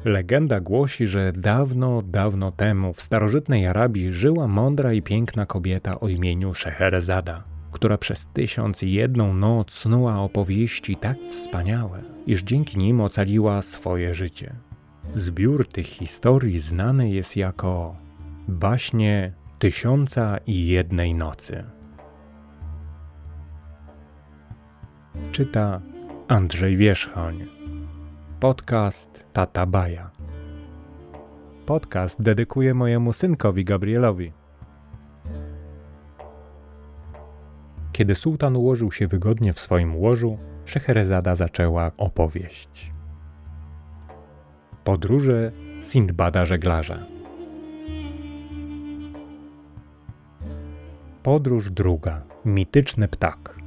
Legenda głosi, że dawno, dawno temu w starożytnej Arabii żyła mądra i piękna kobieta o imieniu Szeherazada, która przez 1001 noc snuła opowieści tak wspaniałe, iż dzięki nim ocaliła swoje życie. Zbiór tych historii znany jest jako Baśnie 1001 nocy. Czyta Andrzej Wierzchoń. Podcast Tata Baja. Podcast dedykuję mojemu synkowi Gabrielowi. Kiedy sułtan ułożył się wygodnie w swoim łożu, Szeherazada zaczęła opowieść. Podróże Sindbada Żeglarza. Podróż druga. Mityczny ptak.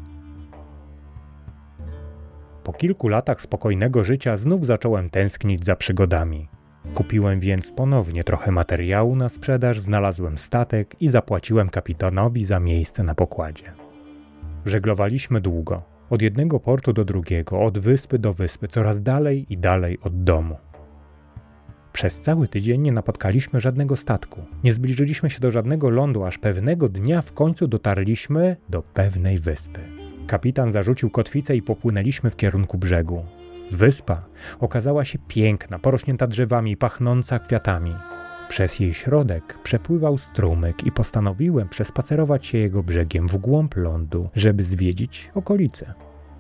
Po kilku latach spokojnego życia znów zacząłem tęsknić za przygodami. Kupiłem więc ponownie trochę materiału na sprzedaż, znalazłem statek i zapłaciłem kapitanowi za miejsce na pokładzie. Żeglowaliśmy długo, od jednego portu do drugiego, od wyspy do wyspy, coraz dalej i dalej od domu. Przez cały tydzień nie napotkaliśmy żadnego statku, nie zbliżyliśmy się do żadnego lądu, aż pewnego dnia w końcu dotarliśmy do pewnej wyspy. Kapitan zarzucił kotwicę i popłynęliśmy w kierunku brzegu. Wyspa okazała się piękna, porośnięta drzewami i pachnąca kwiatami. Przez jej środek przepływał strumyk i postanowiłem przespacerować się jego brzegiem w głąb lądu, żeby zwiedzić okolice.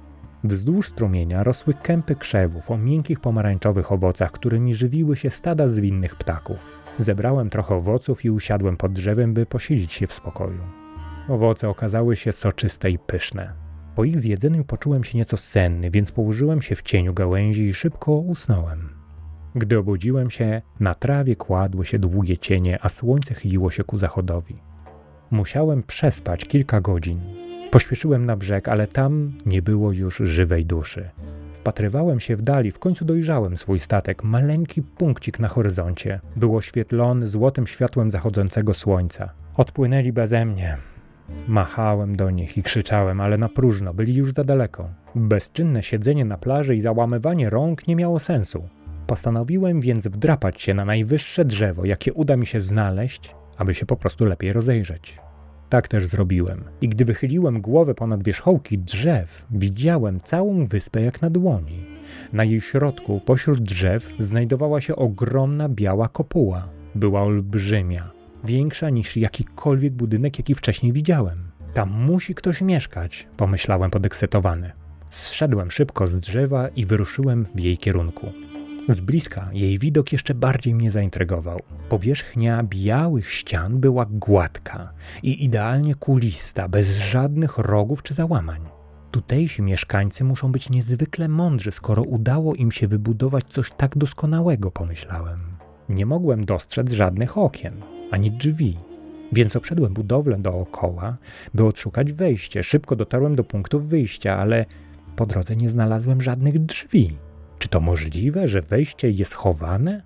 Wzdłuż strumienia rosły kępy krzewów o miękkich pomarańczowych owocach, którymi żywiły się stada zwinnych ptaków. Zebrałem trochę owoców i usiadłem pod drzewem, by posiedzieć się w spokoju. Owoce okazały się soczyste i pyszne. Po ich zjedzeniu poczułem się nieco senny, więc położyłem się w cieniu gałęzi i szybko usnąłem. Gdy obudziłem się, na trawie kładły się długie cienie, a słońce chyliło się ku zachodowi. Musiałem przespać kilka godzin. Pośpieszyłem na brzeg, ale tam nie było już żywej duszy. Wpatrywałem się w dali, w końcu dojrzałem swój statek, maleńki punkcik na horyzoncie. Był oświetlony złotym światłem zachodzącego słońca. Odpłynęli beze mnie. Machałem do nich i krzyczałem, ale na próżno, byli już za daleko. Bezczynne siedzenie na plaży i załamywanie rąk nie miało sensu. Postanowiłem więc wdrapać się na najwyższe drzewo, jakie uda mi się znaleźć, aby się po prostu lepiej rozejrzeć. Tak też zrobiłem. I gdy wychyliłem głowę ponad wierzchołki drzew, widziałem całą wyspę jak na dłoni. Na jej środku, pośród drzew, znajdowała się ogromna biała kopuła. Była olbrzymia. Większa niż jakikolwiek budynek, jaki wcześniej widziałem. Tam musi ktoś mieszkać, pomyślałem podekscytowany. Zszedłem szybko z drzewa i wyruszyłem w jej kierunku. Z bliska jej widok jeszcze bardziej mnie zaintrygował. Powierzchnia białych ścian była gładka i idealnie kulista, bez żadnych rogów czy załamań. Tutejsi mieszkańcy muszą być niezwykle mądrzy, skoro udało im się wybudować coś tak doskonałego, pomyślałem. Nie mogłem dostrzec żadnych okien, ani drzwi, więc obszedłem budowlę dookoła, by odszukać wejście. Szybko dotarłem do punktu wyjścia, ale po drodze nie znalazłem żadnych drzwi. Czy to możliwe, że wejście jest schowane?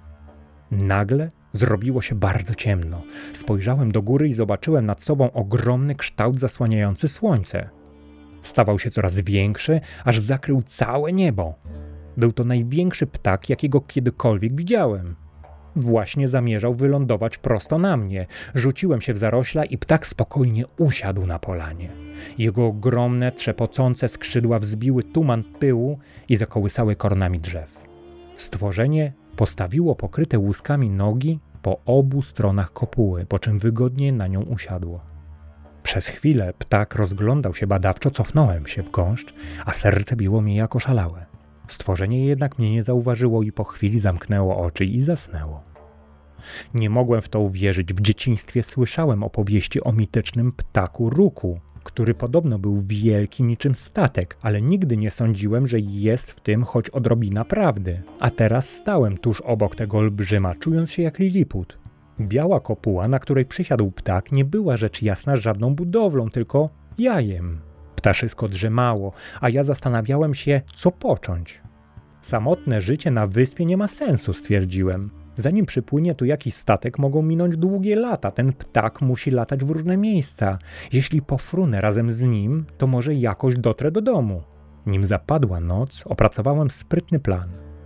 Nagle zrobiło się bardzo ciemno. Spojrzałem do góry i zobaczyłem nad sobą ogromny kształt zasłaniający słońce. Stawał się coraz większy, aż zakrył całe niebo. Był to największy ptak, jakiego kiedykolwiek widziałem. Właśnie zamierzał wylądować prosto na mnie. Rzuciłem się w zarośla i ptak spokojnie usiadł na polanie. Jego ogromne, trzepocące skrzydła wzbiły tuman pyłu i zakołysały koronami drzew. Stworzenie postawiło pokryte łuskami nogi po obu stronach kopuły, po czym wygodnie na nią usiadło. Przez chwilę ptak rozglądał się badawczo, cofnąłem się w gąszcz, a serce biło mi jak oszalałe. Stworzenie jednak mnie nie zauważyło i po chwili zamknęło oczy i zasnęło. Nie mogłem w to uwierzyć. W dzieciństwie słyszałem opowieści o mitycznym ptaku Ruku, który podobno był wielki niczym statek, ale nigdy nie sądziłem, że jest w tym choć odrobina prawdy. A teraz stałem tuż obok tego olbrzyma, czując się jak Liliput. Biała kopuła, na której przysiadł ptak, nie była rzecz jasna żadną budowlą, tylko jajem. Ptaszysko drzemało, a ja zastanawiałem się, co począć. Samotne życie na wyspie nie ma sensu, stwierdziłem. Zanim przypłynie tu jakiś statek, mogą minąć długie lata. Ten ptak musi latać w różne miejsca. Jeśli pofrunę razem z nim, to może jakoś dotrę do domu. Nim zapadła noc, opracowałem sprytny plan.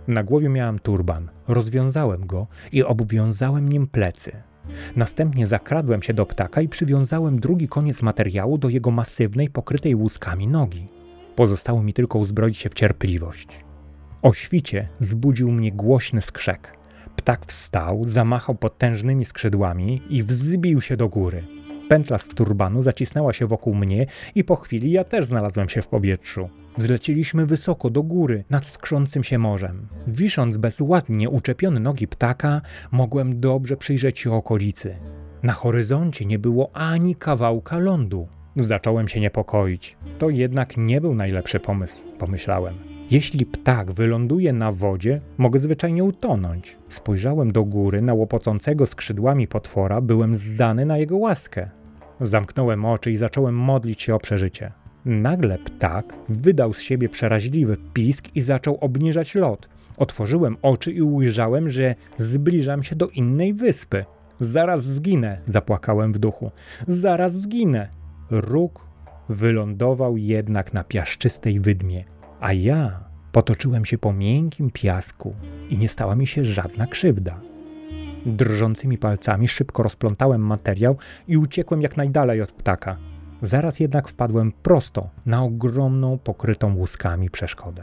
Na głowie miałem turban, rozwiązałem go i obwiązałem nim plecy. Następnie zakradłem się do ptaka i przywiązałem drugi koniec materiału do jego masywnej, pokrytej łuskami nogi. Pozostało mi tylko uzbroić się w cierpliwość. O świcie zbudził mnie głośny skrzek. Ptak wstał, zamachał potężnymi skrzydłami i wzbił się do góry. Pętla z turbanu zacisnęła się wokół mnie i po chwili ja też znalazłem się w powietrzu. Wzleciliśmy wysoko do góry, nad skrzącym się morzem. Wisząc bezładnie uczepione nogi ptaka, mogłem dobrze przyjrzeć się okolicy. Na horyzoncie nie było ani kawałka lądu. Zacząłem się niepokoić. To jednak nie był najlepszy pomysł, pomyślałem. Jeśli ptak wyląduje na wodzie, mogę zwyczajnie utonąć. Spojrzałem do góry na łopocącego skrzydłami potwora, byłem zdany na jego łaskę. Zamknąłem oczy i zacząłem modlić się o przeżycie. Nagle ptak wydał z siebie przeraźliwy pisk i zaczął obniżać lot. Otworzyłem oczy i ujrzałem, że zbliżam się do innej wyspy. Zaraz zginę, zapłakałem w duchu. Zaraz zginę. Róg wylądował jednak na piaszczystej wydmie, a ja potoczyłem się po miękkim piasku i nie stała mi się żadna krzywda. Drżącymi palcami szybko rozplątałem materiał i uciekłem jak najdalej od ptaka. Zaraz jednak wpadłem prosto na ogromną, pokrytą łuskami przeszkodę.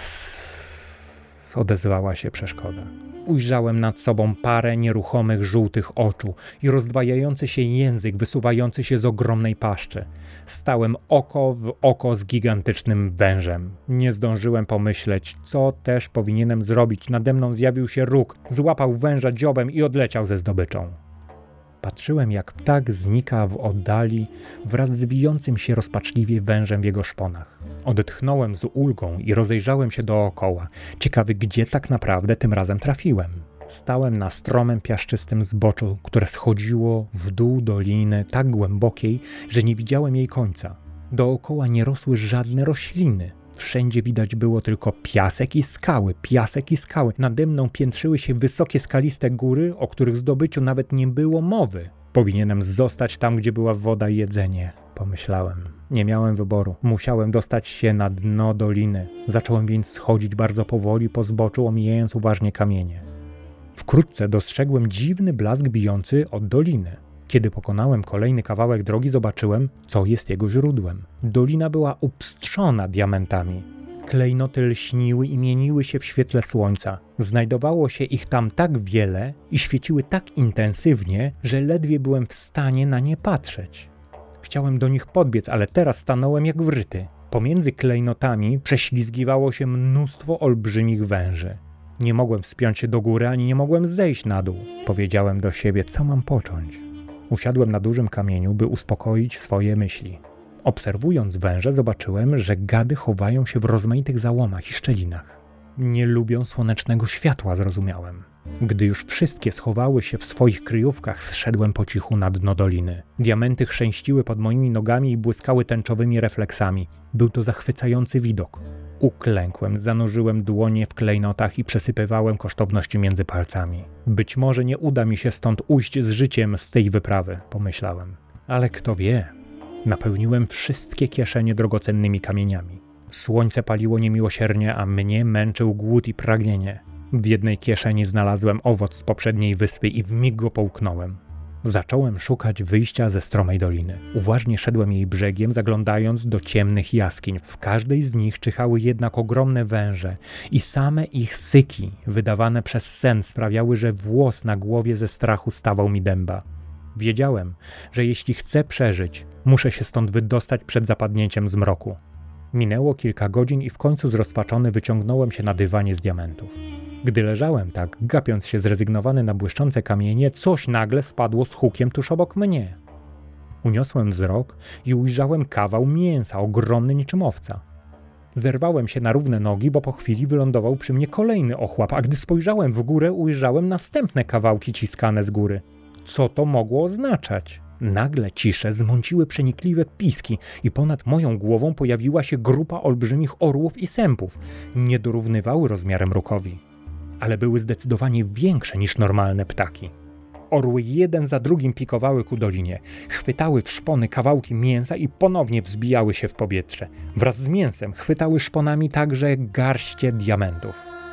Sss, odezwała się przeszkoda. Ujrzałem nad sobą parę nieruchomych, żółtych oczu i rozdwajający się język wysuwający się z ogromnej paszczy. Stałem oko w oko z gigantycznym wężem. Nie zdążyłem pomyśleć, co też powinienem zrobić. Nade mną zjawił się róg, złapał węża dziobem i odleciał ze zdobyczą. Patrzyłem, jak ptak znika w oddali wraz z wijącym się rozpaczliwie wężem w jego szponach. Odetchnąłem z ulgą i rozejrzałem się dookoła, ciekawy, gdzie tak naprawdę tym razem trafiłem. Stałem na stromym, piaszczystym zboczu, które schodziło w dół doliny tak głębokiej, że nie widziałem jej końca. Dookoła nie rosły żadne rośliny. Wszędzie widać było tylko piasek i skały, piasek i skały. Nade mną piętrzyły się wysokie, skaliste góry, o których zdobyciu nawet nie było mowy. Powinienem zostać tam, gdzie była woda i jedzenie, pomyślałem. Nie miałem wyboru. Musiałem dostać się na dno doliny. Zacząłem więc schodzić bardzo powoli po zboczu, omijając uważnie kamienie. Wkrótce dostrzegłem dziwny blask bijący od doliny. Kiedy pokonałem kolejny kawałek drogi, zobaczyłem, co jest jego źródłem. Dolina była upstrzona diamentami. Klejnoty lśniły i mieniły się w świetle słońca. Znajdowało się ich tam tak wiele i świeciły tak intensywnie, że ledwie byłem w stanie na nie patrzeć. Chciałem do nich podbiec, ale teraz stanąłem jak wryty. Pomiędzy klejnotami prześlizgiwało się mnóstwo olbrzymich węży. Nie mogłem wspiąć się do góry, ani nie mogłem zejść na dół. Powiedziałem do siebie, co mam począć. Usiadłem na dużym kamieniu, by uspokoić swoje myśli. Obserwując węże, zobaczyłem, że gady chowają się w rozmaitych załomach i szczelinach. Nie lubią słonecznego światła, zrozumiałem. Gdy już wszystkie schowały się w swoich kryjówkach, zszedłem po cichu na dno doliny. Diamenty chrzęściły pod moimi nogami i błyskały tęczowymi refleksami. Był to zachwycający widok. Uklękłem, zanurzyłem dłonie w klejnotach i przesypywałem kosztowności między palcami. Być może nie uda mi się stąd ujść z życiem z tej wyprawy, pomyślałem. Ale kto wie? Napełniłem wszystkie kieszenie drogocennymi kamieniami. Słońce paliło niemiłosiernie, a mnie męczył głód i pragnienie. W jednej kieszeni znalazłem owoc z poprzedniej wyspy i wmig go połknąłem. Zacząłem szukać wyjścia ze stromej doliny. Uważnie szedłem jej brzegiem, zaglądając do ciemnych jaskiń. W każdej z nich czyhały jednak ogromne węże i same ich syki, wydawane przez sen, sprawiały, że włos na głowie ze strachu stawał mi dęba. Wiedziałem, że jeśli chcę przeżyć, muszę się stąd wydostać przed zapadnięciem zmroku. Minęło kilka godzin i w końcu zrozpaczony wyciągnąłem się na dywanie z diamentów. Gdy leżałem tak, gapiąc się zrezygnowany na błyszczące kamienie, coś nagle spadło z hukiem tuż obok mnie. Uniosłem wzrok i ujrzałem kawał mięsa, ogromny niczym owca. Zerwałem się na równe nogi, bo po chwili wylądował przy mnie kolejny ochłap, a gdy spojrzałem w górę, ujrzałem następne kawałki ciskane z góry. Co to mogło oznaczać? Nagle ciszę zmąciły przenikliwe piski i ponad moją głową pojawiła się grupa olbrzymich orłów i sępów. Nie dorównywały rozmiarem rókowi, ale były zdecydowanie większe niż normalne ptaki. Orły jeden za drugim pikowały ku dolinie, chwytały w szpony kawałki mięsa i ponownie wzbijały się w powietrze. Wraz z mięsem chwytały szponami także garście diamentów.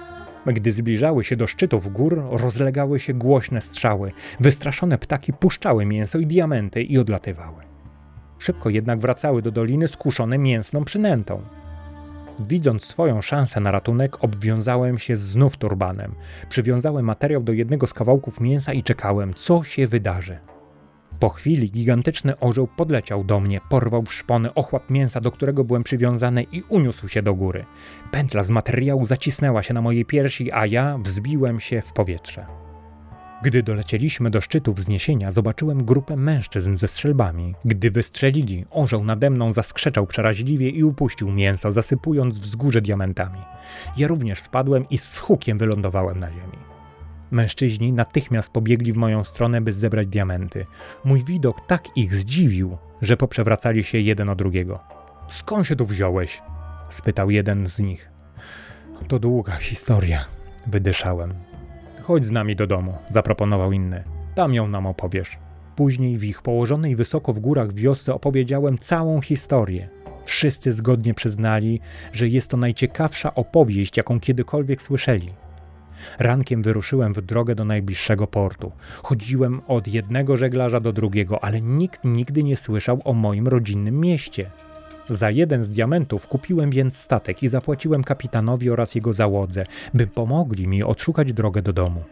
Gdy zbliżały się do szczytów gór, rozlegały się głośne strzały. Wystraszone ptaki puszczały mięso i diamenty i odlatywały. Szybko jednak wracały do doliny skuszone mięsną przynętą. Widząc swoją szansę na ratunek, obwiązałem się znów turbanem. Przywiązałem materiał do jednego z kawałków mięsa i czekałem, co się wydarzy. Po chwili gigantyczny orzeł podleciał do mnie, porwał w szpony ochłap mięsa, do którego byłem przywiązany i uniósł się do góry. Pętla z materiału zacisnęła się na mojej piersi, a ja wzbiłem się w powietrze. Gdy dolecieliśmy do szczytu wzniesienia, zobaczyłem grupę mężczyzn ze strzelbami. Gdy wystrzelili, orzeł nade mną zaskrzeczał przeraźliwie i upuścił mięso, zasypując wzgórze diamentami. Ja również spadłem i z hukiem wylądowałem na ziemi. Mężczyźni natychmiast pobiegli w moją stronę, by zebrać diamenty. Mój widok tak ich zdziwił, że poprzewracali się jeden o drugiego. „Skąd się tu wziąłeś?” spytał jeden z nich. „To długa historia”, wydyszałem. „Chodź z nami do domu”, zaproponował inny. „Tam ją nam opowiesz”. Później w ich położonej wysoko w górach wiosce opowiedziałem całą historię. Wszyscy zgodnie przyznali, że jest to najciekawsza opowieść, jaką kiedykolwiek słyszeli. Rankiem wyruszyłem w drogę do najbliższego portu. Chodziłem od jednego żeglarza do drugiego, ale nikt nigdy nie słyszał o moim rodzinnym mieście. Za jeden z diamentów kupiłem więc statek i zapłaciłem kapitanowi oraz jego załodze, by pomogli mi odszukać drogę do domu.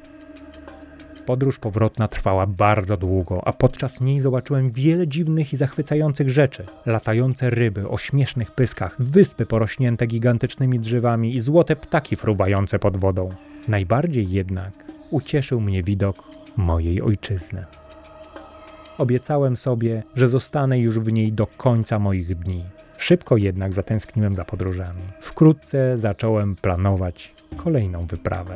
Podróż powrotna trwała bardzo długo, a podczas niej zobaczyłem wiele dziwnych i zachwycających rzeczy. Latające ryby o śmiesznych pyskach, wyspy porośnięte gigantycznymi drzewami i złote ptaki fruwające pod wodą. Najbardziej jednak ucieszył mnie widok mojej ojczyzny. Obiecałem sobie, że zostanę już w niej do końca moich dni. Szybko jednak zatęskniłem za podróżami. Wkrótce zacząłem planować kolejną wyprawę.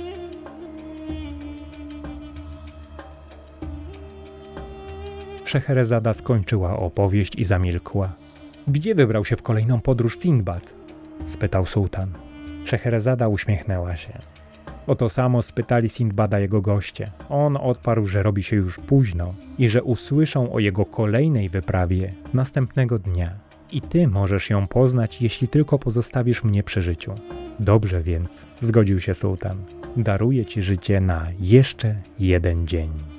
Szeherezada skończyła opowieść i zamilkła. „Gdzie wybrał się w kolejną podróż Sindbad?” spytał sułtan. Szeherezada uśmiechnęła się. O to samo spytali Sindbada jego goście. On odparł, że robi się już późno i że usłyszą o jego kolejnej wyprawie następnego dnia. I ty możesz ją poznać, jeśli tylko pozostawisz mnie przy życiu. Dobrze więc, zgodził się sułtan. Daruję ci życie na jeszcze jeden dzień.